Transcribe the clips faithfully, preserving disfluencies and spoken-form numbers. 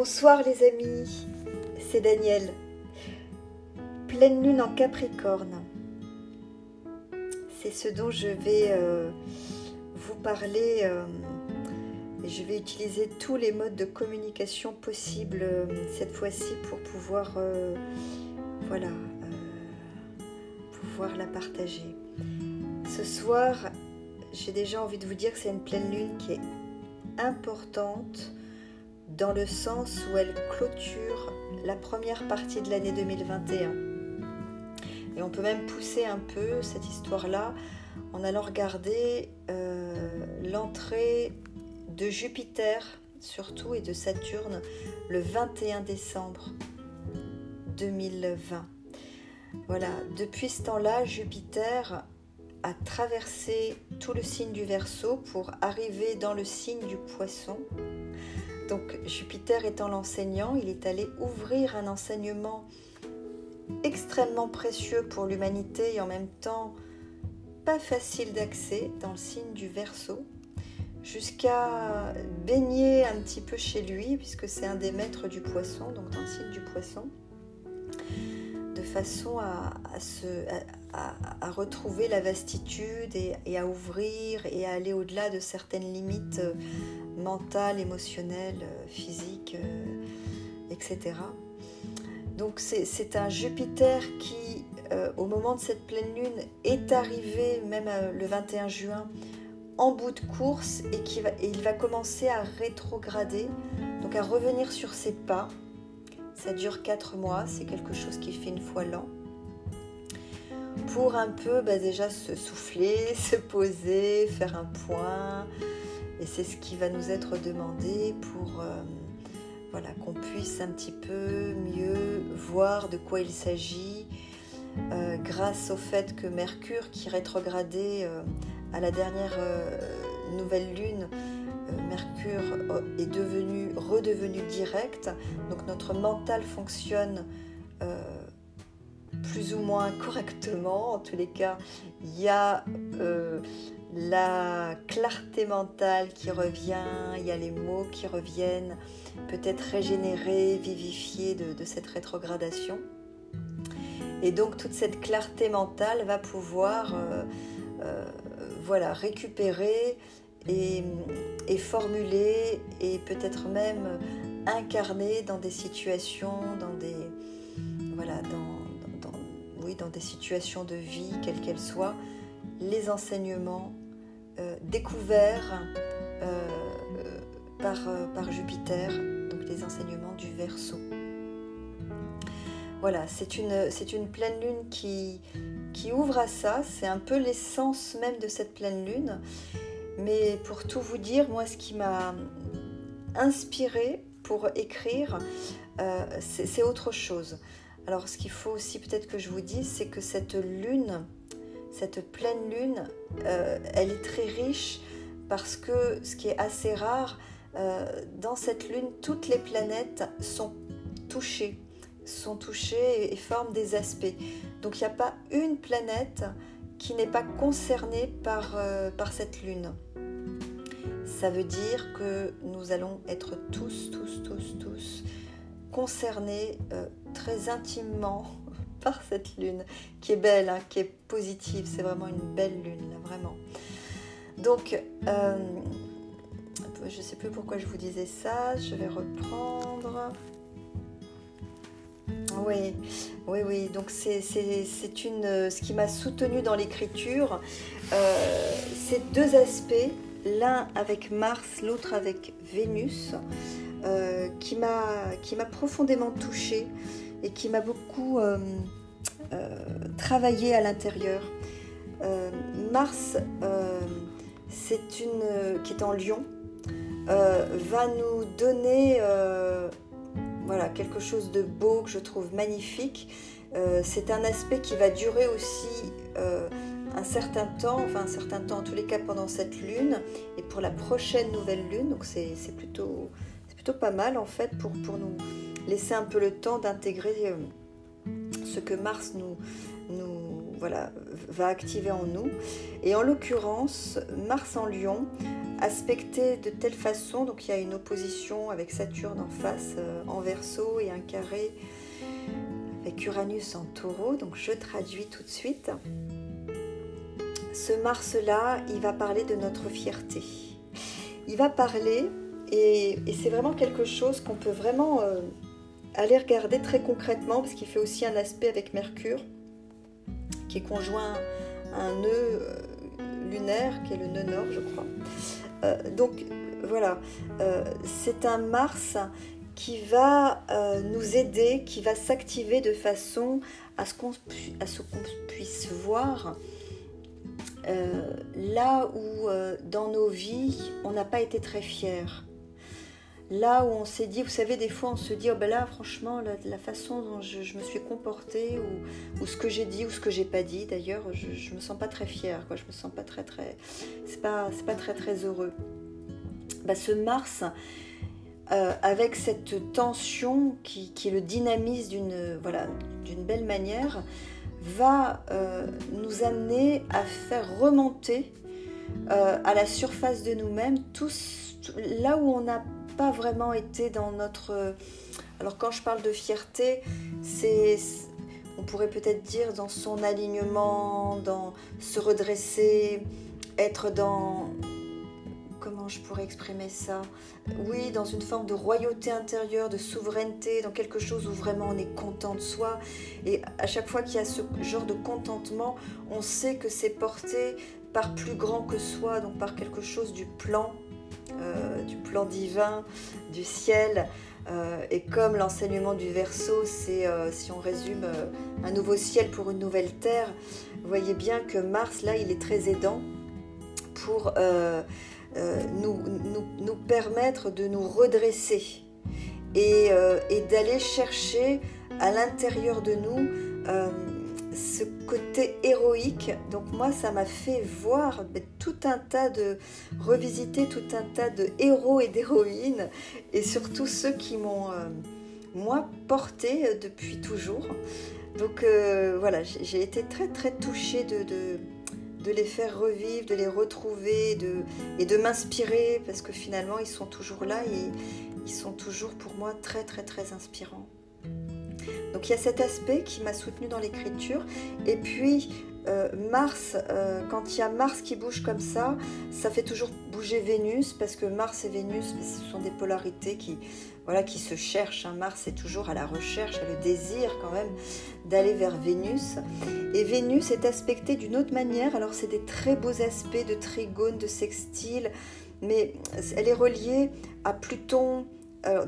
Bonsoir les amis, c'est Daniel. Pleine lune en Capricorne. C'est ce dont je vais euh, vous parler. Euh, et je vais utiliser tous les modes de communication possibles euh, cette fois-ci pour pouvoir, euh, voilà, euh, pouvoir la partager. Ce soir, j'ai déjà envie de vous dire que c'est une pleine lune qui est importante dans le sens où elle clôture la première partie de l'année deux mille vingt et un. Et on peut même pousser un peu cette histoire-là en allant regarder euh, l'entrée de Jupiter, surtout, et de Saturne, le vingt et un décembre deux mille vingt. Voilà, depuis ce temps-là, Jupiter a traversé tout le signe du Verseau pour arriver dans le signe du Poisson. Donc Jupiter étant l'enseignant, il est allé ouvrir un enseignement extrêmement précieux pour l'humanité et en même temps pas facile d'accès dans le signe du Verseau, jusqu'à baigner un petit peu chez lui, puisque c'est un des maîtres du Poisson, donc dans le signe du Poisson, de façon à, à, se, à, à, à retrouver la vastitude et, et à ouvrir et à aller au-delà de certaines limites euh, mentales, émotionnelles, euh, physiques, euh, et cetera. Donc c'est, c'est un Jupiter qui, euh, au moment de cette pleine lune, est arrivé, même euh, le vingt et un juin, en bout de course et, qui va, et il va commencer à rétrograder, donc à revenir sur ses pas. Ça dure quatre mois, c'est quelque chose qui fait une fois l'an, pour un peu bah, déjà se souffler, se poser, faire un point, et c'est ce qui va nous être demandé pour euh, voilà, qu'on puisse un petit peu mieux voir de quoi il s'agit, euh, grâce au fait que Mercure, qui rétrogradait euh, à la dernière euh, nouvelle lune, Mercure est devenu, redevenu direct, donc notre mental fonctionne euh, plus ou moins correctement. En tous les cas, il y a euh, la clarté mentale qui revient, il y a les mots qui reviennent, peut-être régénérés, vivifiés de, de cette rétrogradation. Et donc toute cette clarté mentale va pouvoir euh, euh, voilà, récupérer Et, et formuler et peut-être même incarner dans des situations, dans des, voilà, dans, dans, dans, oui, dans des situations de vie, quelles qu'elles soient, les enseignements euh, découverts euh, par, par Jupiter, donc les enseignements du Verseau. Voilà, c'est une, c'est une pleine lune qui, qui ouvre à ça, c'est un peu l'essence même de cette pleine lune. Mais pour tout vous dire, moi, ce qui m'a inspirée pour écrire, euh, c'est, c'est autre chose. Alors, ce qu'il faut aussi peut-être que je vous dise, c'est que cette lune, cette pleine lune, euh, elle est très riche parce que, ce qui est assez rare, euh, dans cette lune, toutes les planètes sont touchées, sont touchées et forment des aspects. Donc, il n'y a pas une planète qui n'est pas concernée par, euh, par cette lune. Ça veut dire que nous allons être tous, tous, tous, tous concernés euh, très intimement par cette lune, qui est belle, hein, qui est positive. C'est vraiment une belle lune, là, vraiment. Donc, euh, je ne sais plus pourquoi je vous disais ça, je vais reprendre... Oui, oui, oui. Donc c'est, c'est, c'est une, ce qui m'a soutenue dans l'écriture, euh, c'est deux aspects, l'un avec Mars, l'autre avec Vénus, euh, qui m'a, qui m'a profondément touchée et qui m'a beaucoup euh, euh, travaillé à l'intérieur. Euh, Mars, euh, c'est une, qui est en Lion, euh, va nous donner... Euh, Voilà, quelque chose de beau que je trouve magnifique. Euh, c'est un aspect qui va durer aussi euh, un certain temps, enfin un certain temps en tous les cas pendant cette lune et pour la prochaine nouvelle lune. Donc c'est, c'est, plutôt, c'est plutôt pas mal en fait pour, pour nous laisser un peu le temps d'intégrer euh, ce que Mars nous, nous voilà, va activer en nous. Et en l'occurrence, Mars en Lion aspecté de telle façon, donc il y a une opposition avec Saturne en face, euh, en Verseau, et un carré avec Uranus en Taureau, donc je traduis tout de suite. Ce Mars-là, il va parler de notre fierté. Il va parler, et, et c'est vraiment quelque chose qu'on peut vraiment euh, aller regarder très concrètement, parce qu'il fait aussi un aspect avec Mercure, qui est conjoint à un nœud euh, lunaire, qui est le nœud nord, je crois. Euh, donc voilà, euh, c'est un Mars qui va euh, nous aider, qui va s'activer de façon à ce qu'on, à ce qu'on puisse voir euh, là où euh, dans nos vies on n'a pas été très fiers. Là où on s'est dit, vous savez, des fois on se dit, oh ben là franchement, la, la façon dont je, je me suis comportée, ou, ou ce que j'ai dit, ou ce que j'ai pas dit, d'ailleurs, je, je me sens pas très fière, quoi. Je me sens pas très très, c'est pas, c'est pas très très heureux. Ben, ce Mars, euh, avec cette tension qui, qui le dynamise d'une, voilà, d'une belle manière, va euh, nous amener à faire remonter euh, à la surface de nous-mêmes, tous, tout, là où on n'a pas vraiment été dans notre... Alors quand je parle de fierté, c'est, on pourrait peut-être dire dans son alignement, dans se redresser, être dans... Comment je pourrais exprimer ça? Oui, dans une forme de royauté intérieure, de souveraineté, dans quelque chose où vraiment on est content de soi. Et à chaque fois qu'il y a ce genre de contentement, on sait que c'est porté par plus grand que soi, donc par quelque chose du plan, euh, du plan divin, du ciel. Euh, et comme l'enseignement du Verseau, c'est, euh, si on résume, euh, un nouveau ciel pour une nouvelle terre, vous voyez bien que Mars, là, il est très aidant pour... Euh, Euh, nous, nous, nous permettre de nous redresser et, euh, et d'aller chercher à l'intérieur de nous euh, ce côté héroïque. Donc moi, ça m'a fait voir tout un tas de... revisiter tout un tas de héros et d'héroïnes, et surtout ceux qui m'ont, euh, moi, porté depuis toujours. Donc euh, voilà, j'ai, j'ai été très très touchée de... de de les faire revivre, de les retrouver de, et de m'inspirer, parce que finalement ils sont toujours là et ils sont toujours pour moi très très très inspirants. Donc il y a cet aspect qui m'a soutenue dans l'écriture. Et puis euh, Mars, euh, quand il y a Mars qui bouge comme ça, ça fait toujours bouger Vénus, parce que Mars et Vénus, ce sont des polarités qui, voilà, qui se cherchent. Hein. Mars est toujours à la recherche, a le désir quand même d'aller vers Vénus. Et Vénus est aspectée d'une autre manière. Alors c'est des très beaux aspects de trigone, de sextile, mais elle est reliée à Pluton, alors,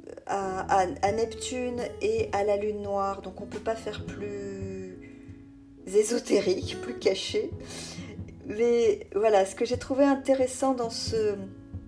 à, à, à Neptune et à la Lune noire. Donc on ne peut pas faire plus ésotérique, plus caché. Mais voilà, ce que j'ai trouvé intéressant dans ce...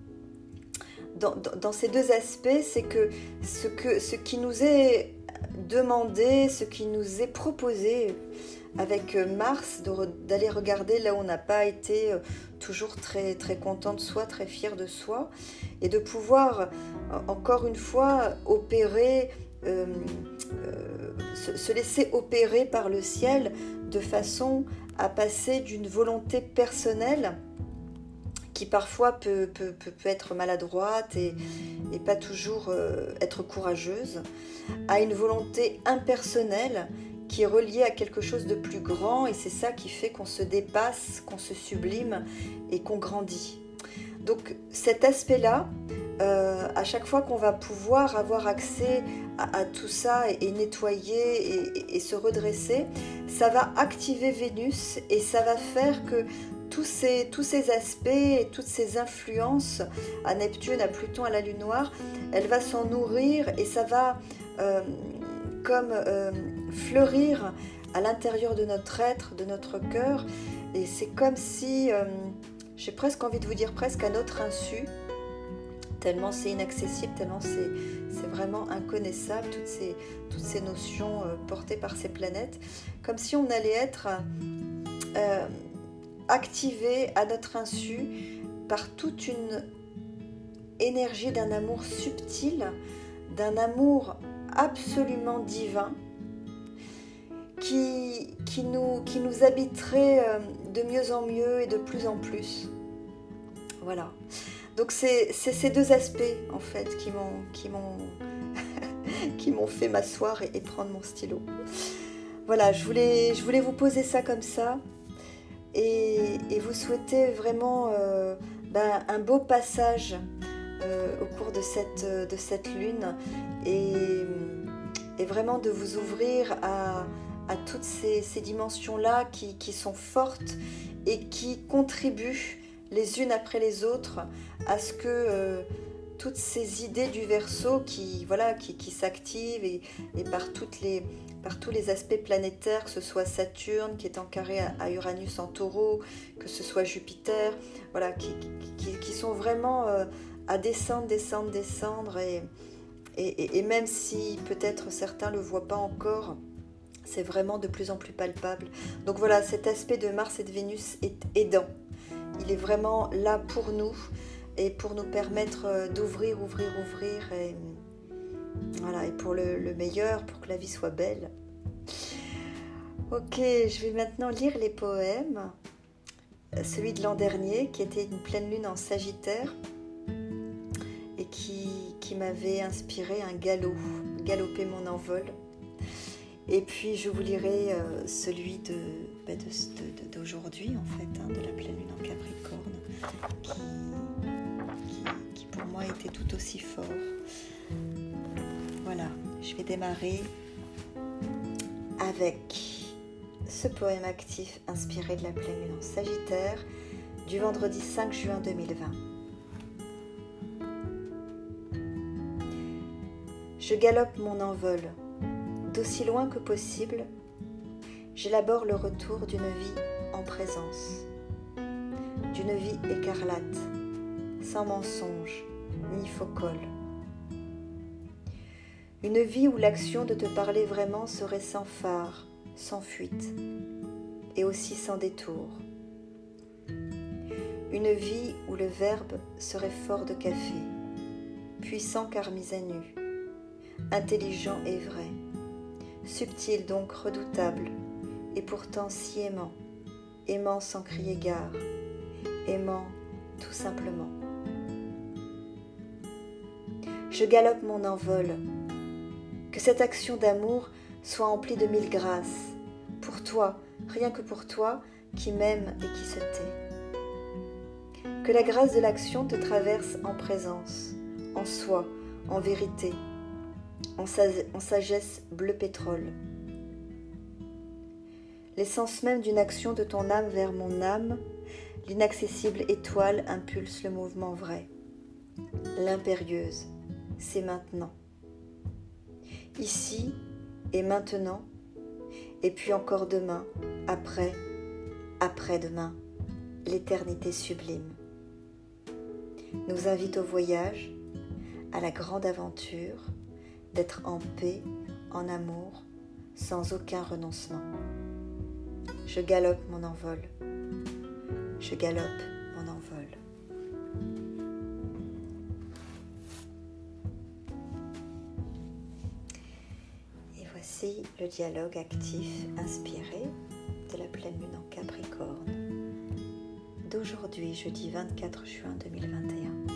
Dans, dans, dans ces deux aspects, c'est que ce, que ce qui nous est demandé, ce qui nous est proposé avec Mars, de, d'aller regarder là où on n'a pas été toujours très, très content de soi, très fier de soi, et de pouvoir, encore une fois, opérer, euh, euh, se, se laisser opérer par le ciel de façon à passer d'une volonté personnelle qui parfois peut, peut, peut, peut être maladroite et, et pas toujours euh, être courageuse, à une volonté impersonnelle qui est reliée à quelque chose de plus grand, et c'est ça qui fait qu'on se dépasse, qu'on se sublime et qu'on grandit. Donc cet aspect-là, euh, à chaque fois qu'on va pouvoir avoir accès à, à tout ça et, et nettoyer et, et, et se redresser, ça va activer Vénus et ça va faire que Tous ces, tous ces aspects et toutes ces influences à Neptune, à Pluton, à la Lune noire, elle va s'en nourrir et ça va euh, comme euh, fleurir à l'intérieur de notre être, de notre cœur. Et c'est comme si, euh, j'ai presque envie de vous dire presque à notre insu, tellement c'est inaccessible, tellement c'est, c'est vraiment inconnaissable, toutes ces, toutes ces notions euh, portées par ces planètes, comme si on allait être... Euh, activé à notre insu par toute une énergie d'un amour subtil, d'un amour absolument divin qui, qui, nous, qui nous habiterait de mieux en mieux et de plus en plus. Voilà. Donc c'est ces deux aspects en fait qui m'ont qui m'ont qui m'ont fait m'asseoir et, et prendre mon stylo. Voilà, je voulais, je voulais vous poser ça comme ça et, et vous souhaiter vraiment euh, ben, un beau passage euh, au cours de cette, de cette lune et, et vraiment de vous ouvrir à, à toutes ces, ces dimensions-là qui, qui sont fortes et qui contribuent les unes après les autres à ce que euh, toutes ces idées du Verseau qui, voilà, qui, qui s'activent et, et par, toutes les, par tous les aspects planétaires, que ce soit Saturne qui est en carré à, à Uranus en Taureau, que ce soit Jupiter, voilà, qui, qui, qui sont vraiment euh, à descendre, descendre, descendre et, et, et même si peut-être certains ne le voient pas encore, c'est vraiment de plus en plus palpable. Donc voilà, cet aspect de Mars et de Vénus est aidant. Il est vraiment là pour nous et pour nous permettre d'ouvrir, ouvrir, ouvrir et, voilà, et pour le, le meilleur, pour que la vie soit belle. Ok, je vais maintenant lire les poèmes. Celui de l'an dernier qui était une pleine lune en Sagittaire et qui, qui m'avait inspiré un galop, galoper mon envol. Et puis je vous lirai euh, celui de, bah de, de, de, d'aujourd'hui en fait, hein, de la pleine lune en Capricorne, qui, qui, qui pour moi était tout aussi fort. Voilà, je vais démarrer avec ce poème actif inspiré de la pleine lune en Sagittaire du vendredi cinq juin deux mille vingt. Je galope mon envol. D'aussi loin que possible, j'élabore le retour d'une vie en présence, d'une vie écarlate, sans mensonge ni faux col. Une vie où l'action de te parler vraiment serait sans phare, sans fuite, et aussi sans détour. Une vie où le verbe serait fort de café, puissant car mis à nu, intelligent et vrai. Subtil donc redoutable, et pourtant si aimant, aimant sans crier gare, aimant tout simplement. Je galope mon envol, que cette action d'amour soit emplie de mille grâces, pour toi, rien que pour toi, qui m'aime et qui se tait. Que la grâce de l'action te traverse en présence, en soi, en vérité, en sagesse bleu pétrole. L'essence même d'une action de ton âme vers mon âme, l'inaccessible étoile impulse le mouvement vrai. L'impérieuse, c'est maintenant. Ici et maintenant, et puis encore demain, après, après-demain, l'éternité sublime nous invite au voyage, à la grande aventure, d'être en paix, en amour, sans aucun renoncement. Je galope mon envol. Je galope mon envol. Et voici le dialogue actif inspiré de la pleine lune en Capricorne d'aujourd'hui, jeudi vingt-quatre juin deux mille vingt et un.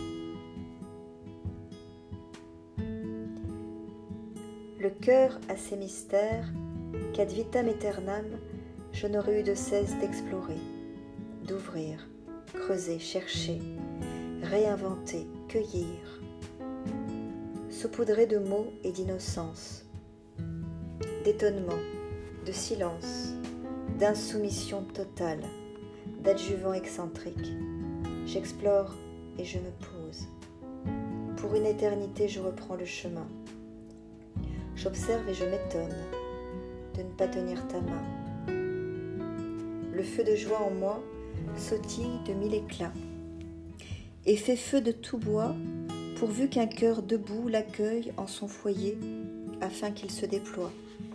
Le cœur a ses mystères qu'ad vitam aeternam je n'aurais eu de cesse d'explorer, d'ouvrir, creuser, chercher, réinventer, cueillir, saupoudrer de mots et d'innocence, d'étonnement, de silence, d'insoumission totale, d'adjuvant excentrique. J'explore et je me pose. Pour une éternité, je reprends le chemin. J'observe et je m'étonne de ne pas tenir ta main. Le feu de joie en moi sautille de mille éclats et fait feu de tout bois pourvu qu'un cœur debout l'accueille en son foyer afin qu'il se déploie.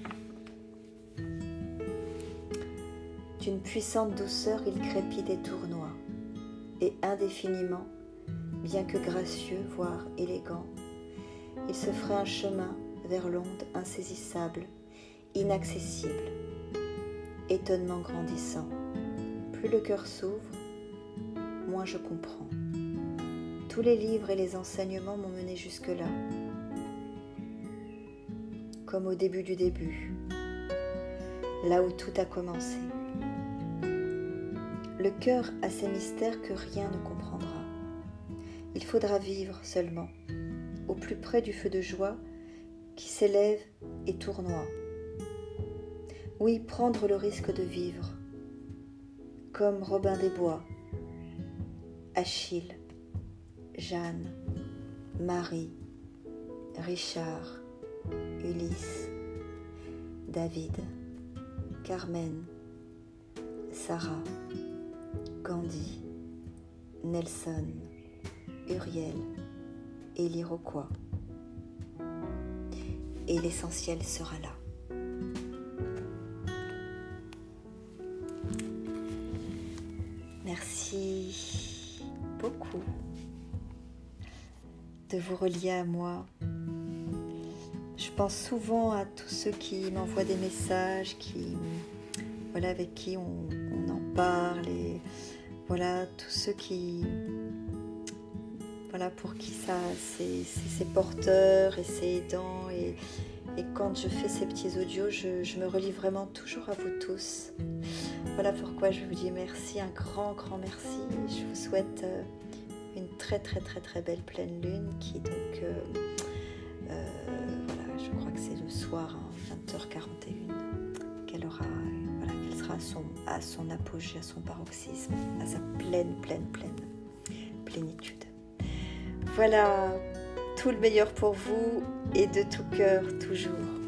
D'une puissante douceur, il crépite et tournoie, et indéfiniment, bien que gracieux, voire élégant, il se ferait un chemin vers l'onde insaisissable, inaccessible, étonnement grandissant. Plus le cœur s'ouvre, moins moins je comprends. Tous les livres et les enseignements m'ont mené jusque-là, comme au début du début, là où tout a commencé. Le cœur a ces mystères que rien ne comprendra. Il faudra vivre seulement, au plus près du feu de joie qui s'élève et tournoie. Oui, prendre le risque de vivre, comme Robin des Bois, Achille, Jeanne, Marie, Richard, Ulysse, David, Carmen, Sarah, Gandhi, Nelson, Uriel et l'Iroquois. Et l'essentiel sera là. Merci beaucoup de vous relier à moi. Je pense souvent à tous ceux qui m'envoient des messages, qui, voilà, avec qui on, on en parle, et voilà, tous ceux qui, voilà, pour qui ça, c'est, c'est, c'est porteur et c'est aidant. Et, et quand je fais ces petits audios, je, je me relie vraiment toujours à vous tous. Voilà pourquoi je vous dis merci, un grand, grand merci. Je vous souhaite une très, très, très, très belle pleine lune qui donc, euh, euh, voilà, je crois que c'est le soir, hein, vingt heures quarante et une, qu'elle aura, voilà, qu'elle sera à son, à son apogée, à son paroxysme, à sa pleine, pleine, pleine plénitude. Voilà, tout le meilleur pour vous et de tout cœur, toujours.